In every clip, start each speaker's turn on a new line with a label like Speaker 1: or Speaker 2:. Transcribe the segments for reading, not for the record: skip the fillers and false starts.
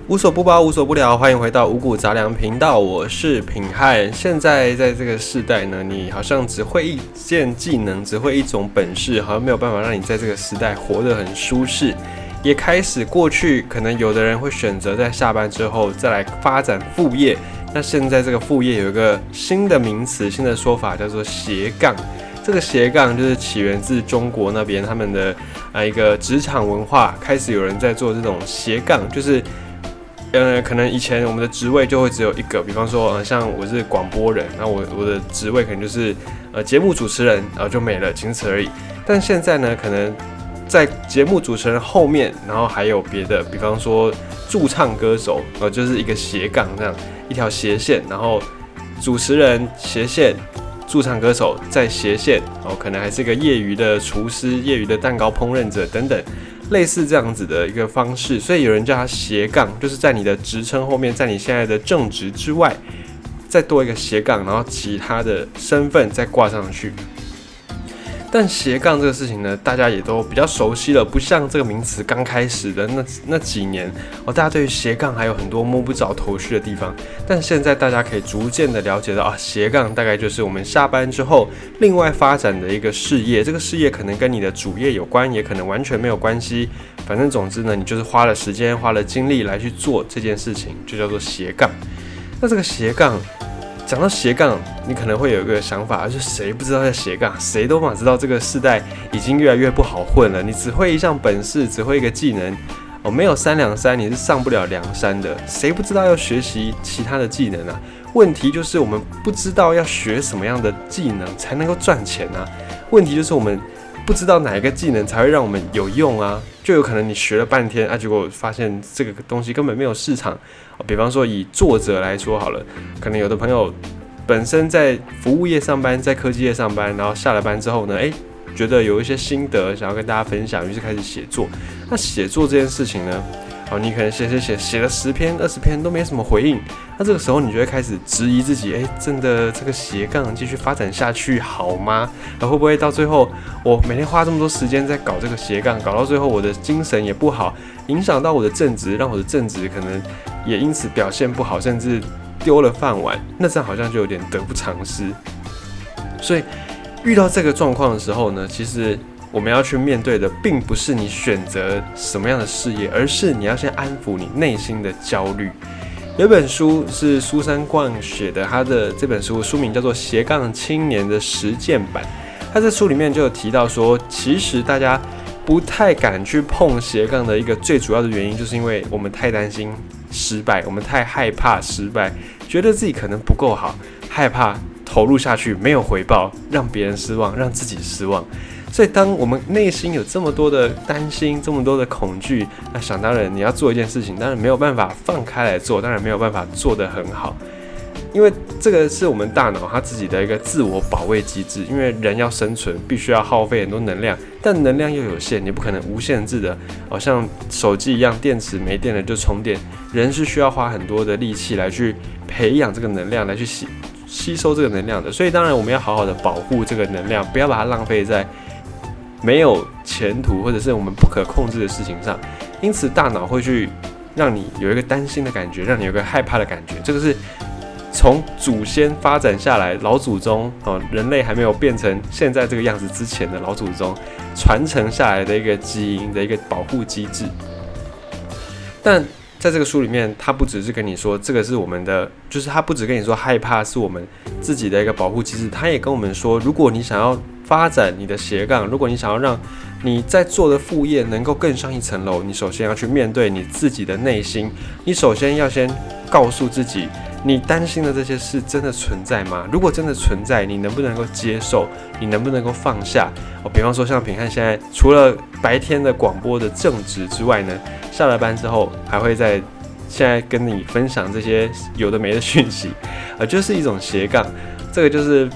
Speaker 1: 无所不包，无所不聊，欢迎回到五谷杂粮频道，我是品汉。现在在这个世代呢，你好像只会一件技能，只会一种本事，好像没有办法让你在这个时代活得很舒适。也开始过去，可能有的人会选择在下班之后再来发展副业。那现在这个副业有一个新的名词、新的说法，叫做斜杠。这个斜杠就是起源自中国那边他们的一个职场文化，开始有人在做这种斜杠，就是可能以前我们的职位就会只有一个，比方说像我是广播人，然后我的职位可能就是节目主持人，然后就没了，仅此而已。但现在呢，可能在节目主持人后面，然后还有别的，比方说驻唱歌手，就是一个斜杠这样一条斜线，然后主持人斜线。驻唱歌手在斜线，可能还是一个业余的厨师、业余的蛋糕烹饪者等等，类似这样子的一个方式。所以有人叫它斜杠，就是在你的职称后面，在你现在的正职之外，再多一个斜杠，然后其他的身份再挂上去。但斜杠这个事情呢，大家也都比较熟悉了，不像这个名词刚开始的那几年，大家对于斜杠还有很多摸不着头绪的地方。但现在大家可以逐渐的了解到斜杠大概就是我们下班之后另外发展的一个事业。这个事业可能跟你的主业有关，也可能完全没有关系。反正总之呢，你就是花了时间、花了精力来去做这件事情，就叫做斜杠。那这个斜杠。讲到斜杠，你可能会有一个想法，就是谁不知道在斜杠？谁都嘛知道这个世代已经越来越不好混了。你只会一项本事，只会一个技能，没有3两3，你是上不了梁山的。谁不知道要学习其他的技能啊？问题就是我们不知道要学什么样的技能才能够赚钱啊。问题就是我们不知道哪一个技能才会让我们有用啊。就有可能你学了半天结果发现这个东西根本没有市场。比方说以作者来说好了，可能有的朋友本身在服务业上班，在科技业上班，然后下了班之后呢，觉得有一些心得想要跟大家分享，于是开始写作。那写作这件事情呢，你可能写了10篇、20篇都没什么回应，那这个时候你就会开始质疑自己，真的这个斜杠继续发展下去好吗？会不会到最后我每天花这么多时间在搞这个斜杠，搞到最后我的精神也不好，影响到我的正职，让我的正职可能也因此表现不好，甚至丢了饭碗，那这样好像就有点得不偿失。所以遇到这个状况的时候呢，其实我们要去面对的并不是你选择什么样的事业，而是你要先安抚你内心的焦虑。有一本书是苏珊·冠写的，他的这本书书名叫做《斜杠青年的实践版》。他在书里面就有提到说，其实大家不太敢去碰斜杠的一个最主要的原因，就是因为我们太担心失败，我们太害怕失败，觉得自己可能不够好，害怕投入下去没有回报，让别人失望，让自己失望。所以当我们内心有这么多的担心，这么多的恐惧，那想当然你要做一件事情，当然没有办法放开来做，当然没有办法做得很好，因为这个是我们大脑它自己的一个自我保卫机制。因为人要生存必须要耗费很多能量，但能量又有限，你不可能无限制的像手机一样，电池没电了就充电。人是需要花很多的力气来去培养这个能量，来去吸收这个能量的。所以当然我们要好好的保护这个能量，不要把它浪费在没有前途或者是我们不可控制的事情上。因此大脑会去让你有一个担心的感觉，让你有一个害怕的感觉。这个是从祖先发展下来，老祖宗人类还没有变成现在这个样子之前的老祖宗传承下来的一个基因的一个保护机制。但在这个书里面，他不只是跟你说这个是我们的，就是他不只跟你说害怕是我们自己的一个保护机制，他也跟我们说，如果你想要发展你的斜杠，如果你想要让你在做的副业能够更上一层楼，你首先要去面对你自己的内心，你首先要先告诉自己，你担心的这些事真的存在吗？如果真的存在，你能不能够接受？你能不能够放下？比方说像品汉现在除了白天的广播的正职之外呢，下了班之后还会在现在跟你分享这些有的没的讯息，就是一种斜杠。这个就是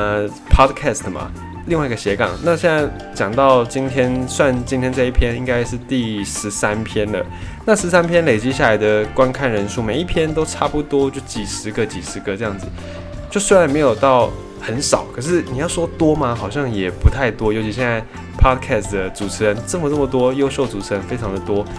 Speaker 1: podcast 嘛，另外一个斜杠。那现在讲到今天，算今天这一篇应该是第13篇了。那13篇累积下来的观看人数，每一篇都差不多就几十个这样子。就虽然没有到很少，可是你要说多吗？好像也不太多。尤其现在 podcast 的主持人这么多，优秀主持人非常的多。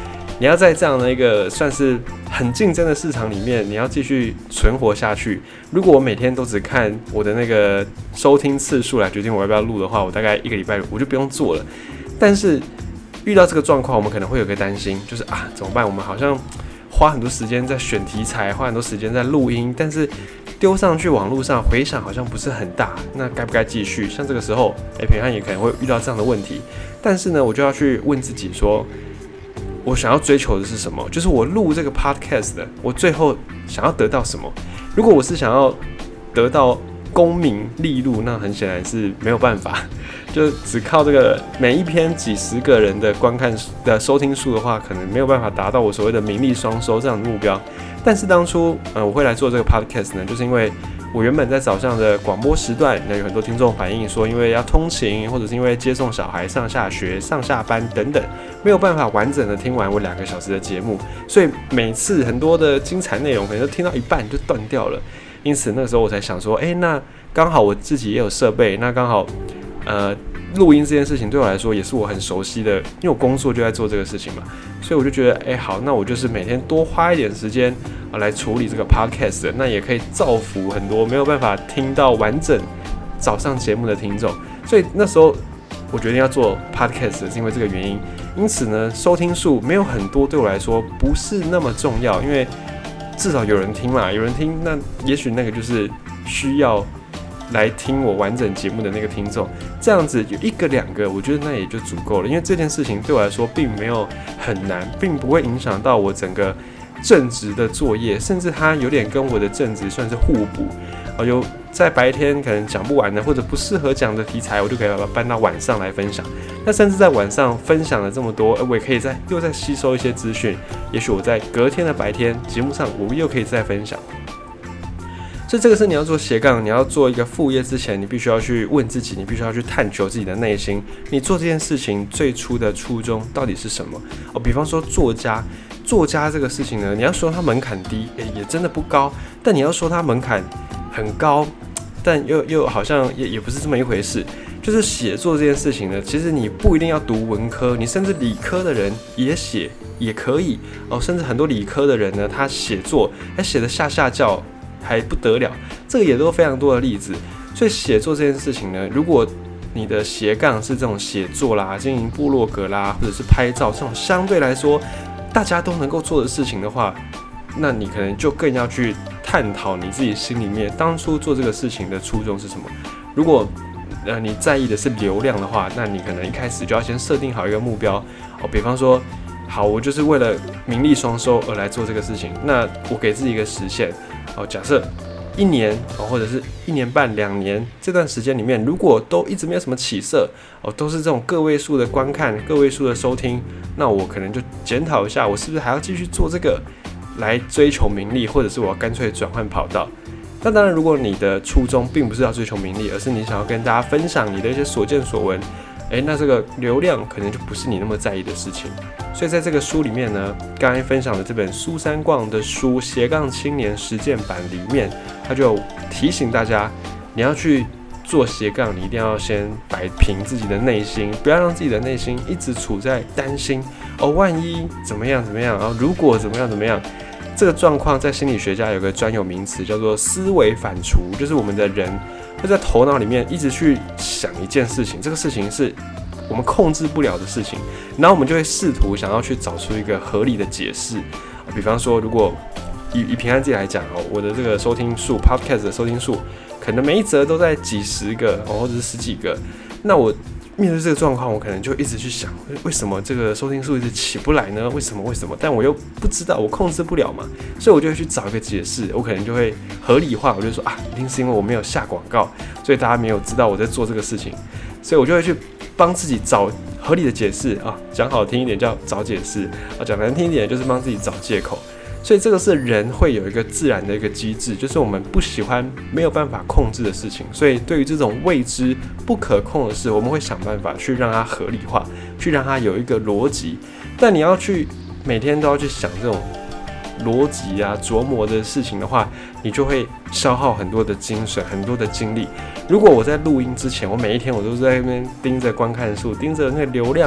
Speaker 1: 你要在这样的一个算是很竞争的市场里面，你要继续存活下去。如果我每天都只看我的那个收听次数来决定我要不要录的话，我大概1个礼拜我就不用做了。但是遇到这个状况，我们可能会有个担心，就是怎么办？我们好像花很多时间在选题材，花很多时间在录音，但是丢上去网络上回响好像不是很大，那该不该继续？像这个时候，平汉也可能会遇到这样的问题。但是呢，我就要去问自己说，我想要追求的是什么？就是我录这个 podcast 的，我最后想要得到什么？如果我是想要得到功名利禄，那很显然是没有办法。就只靠这个每一篇几十个人的观看的收听数的话，可能没有办法达到我所谓的名利双收这样的目标。但是当初我会来做这个 podcast 呢，就是因为我原本在早上的广播时段，那有很多听众反映说，因为要通勤，或者是因为接送小孩上下学、上下班等等，没有办法完整的听完我2个小时的节目，所以每次很多的精彩内容可能都听到一半就断掉了。因此那个时候我才想说，那刚好我自己也有设备，那刚好录音这件事情对我来说也是我很熟悉的，因为我工作就在做这个事情嘛，所以我就觉得，好，那我就是每天多花一点时间来处理这个 podcast， 那也可以造福很多没有办法听到完整早上节目的听众。所以那时候我决定要做 podcast 是因为这个原因。因此呢，收听数没有很多对我来说不是那么重要，因为至少有人听嘛，有人听，那也许那个就是需要来听我完整节目的那个听众，这样子有1个2个，我觉得那也就足够了。因为这件事情对我来说并没有很难，并不会影响到我整个正职的作业，甚至它有点跟我的正职算是互补。有在白天可能讲不完的或者不适合讲的题材，我就可以把它搬到晚上来分享。那甚至在晚上分享了这么多，我也可以又再吸收一些资讯。也许我在隔天的白天节目上，我又可以再分享。所以这个是你要做斜杠，你要做一个副业之前，你必须要去问自己，你必须要去探求自己的内心，你做这件事情最初的初衷到底是什么？比方说作家这个事情呢，你要说它门槛低，也真的不高，但你要说它门槛很高，但又好像也不是这么一回事。就是写作这件事情呢，其实你不一定要读文科，你甚至理科的人也写也可以甚至很多理科的人呢，他写作还写得下叫还不得了，这个也都非常多的例子。所以写作这件事情呢，如果你的斜杠是这种写作啦、经营部落格啦，或者是拍照这种相对来说大家都能够做的事情的话，那你可能就更要去探讨你自己心里面当初做这个事情的初衷是什么。如果你在意的是流量的话，那你可能一开始就要先设定好一个目标比方说，好，我就是为了名利双收而来做这个事情，那我给自己一个时限假设1年或者是1年半、2年这段时间里面，如果都一直没有什么起色都是这种个位数的观看、个位数的收听，那我可能就检讨一下，我是不是还要继续做这个来追求名利，或者是我要干脆转换跑道。那当然，如果你的初衷并不是要追求名利，而是你想要跟大家分享你的一些所见所闻，那这个流量可能就不是你那么在意的事情。所以在这个书里面呢，刚才分享的这本苏珊逛的书《斜杠青年实践版》里面，他就提醒大家，你要去做斜杠，你一定要先摆平自己的内心，不要让自己的内心一直处在担心万一怎么样怎么样，然后如果怎么样怎么样。这个状况在心理学家有个专有名词叫做思维反刍，就是我们的人会在头脑里面一直去想一件事情，这个事情是我们控制不了的事情，然后我们就会试图想要去找出一个合理的解释。比方说，如果以平安自己来讲我的这个收听数 podcast 的收听数可能每一则都在几十个或者是10几个，那我面对这个状况，我可能就一直去想，为什么这个收听数一直起不来呢？为什么？但我又不知道，我控制不了嘛，所以我就会去找一个解释，我可能就会合理化，我就说一定是因为我没有下广告，所以大家没有知道我在做这个事情，所以我就会去帮自己找合理的解释讲好听一点叫找解释讲难听一点就是帮自己找借口。所以这个是人会有一个自然的一个机制，就是我们不喜欢没有办法控制的事情，所以对于这种未知不可控的事，我们会想办法去让它合理化，去让它有一个逻辑。但你要去每天都要去想这种逻辑琢磨的事情的话，你就会消耗很多的精神、很多的精力。如果我在录音之前，我每一天我都在那边盯着观看数、盯着那个流量，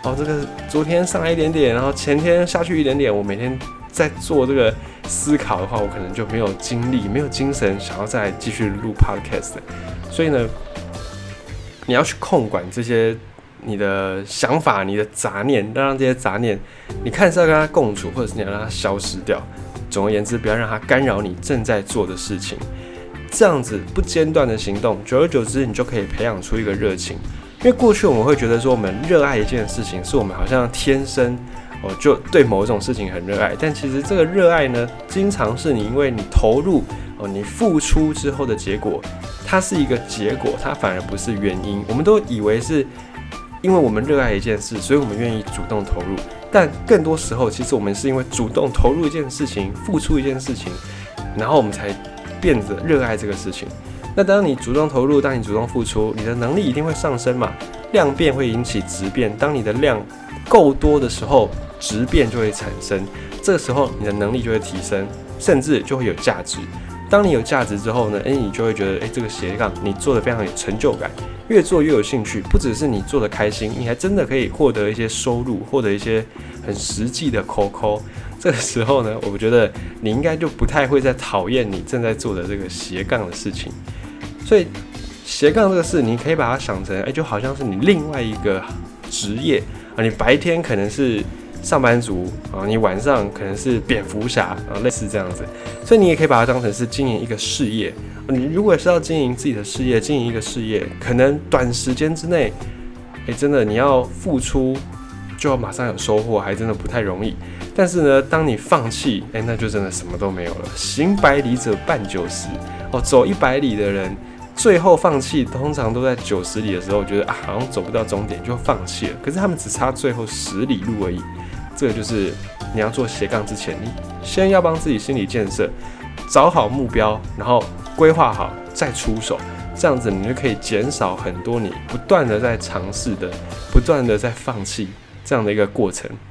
Speaker 1: 这个昨天上来一点点，然后前天下去一点点，我每天在做这个思考的话，我可能就没有精力、没有精神想要再继续录 podcast。所以呢，你要去控管这些你的想法、你的杂念，让这些杂念，你看是要跟它共处，或者是你要让它消失掉。总而言之，不要让它干扰你正在做的事情。这样子不间断的行动，久而久之，你就可以培养出一个热情。因为过去我们会觉得说，我们热爱一件事情，是我们好像天生就对某种事情很热爱。但其实这个热爱呢，经常是你因为你投入你付出之后的结果，它是一个结果，它反而不是原因。我们都以为是因为我们热爱一件事，所以我们愿意主动投入。但更多时候，其实我们是因为主动投入一件事情，付出一件事情，然后我们才变得热爱这个事情。那当你主动投入，当你主动付出，你的能力一定会上升嘛。量变会引起质变，当你的量够多的时候，质变就会产生。这个时候，你的能力就会提升，甚至就会有价值。当你有价值之后呢，你就会觉得，这个斜杠你做得非常有成就感，越做越有兴趣。不只是你做得开心，你还真的可以获得一些收入，获得一些很实际的扣扣。这个时候呢，我觉得你应该就不太会再讨厌你正在做的这个斜杠的事情。所以斜杠这个事，你可以把它想成，就好像是你另外一个职业你白天可能是上班族你晚上可能是蝙蝠侠类似这样子。所以你也可以把它当成是经营一个事业。你如果是要经营自己的事业，经营一个事业，可能短时间之内，真的你要付出就要马上有收获，还真的不太容易。但是呢，当你放弃，那就真的什么都没有了。行100里者半90，走100里的人，最后放弃，通常都在90里的时候，觉得好像走不到终点就放弃了。可是他们只差最后10里路而已。这个就是你要做斜杠之前，你先要帮自己心理建设，找好目标，然后规划好再出手。这样子你就可以减少很多你不断的在尝试的、不断的在放弃这样的一个过程。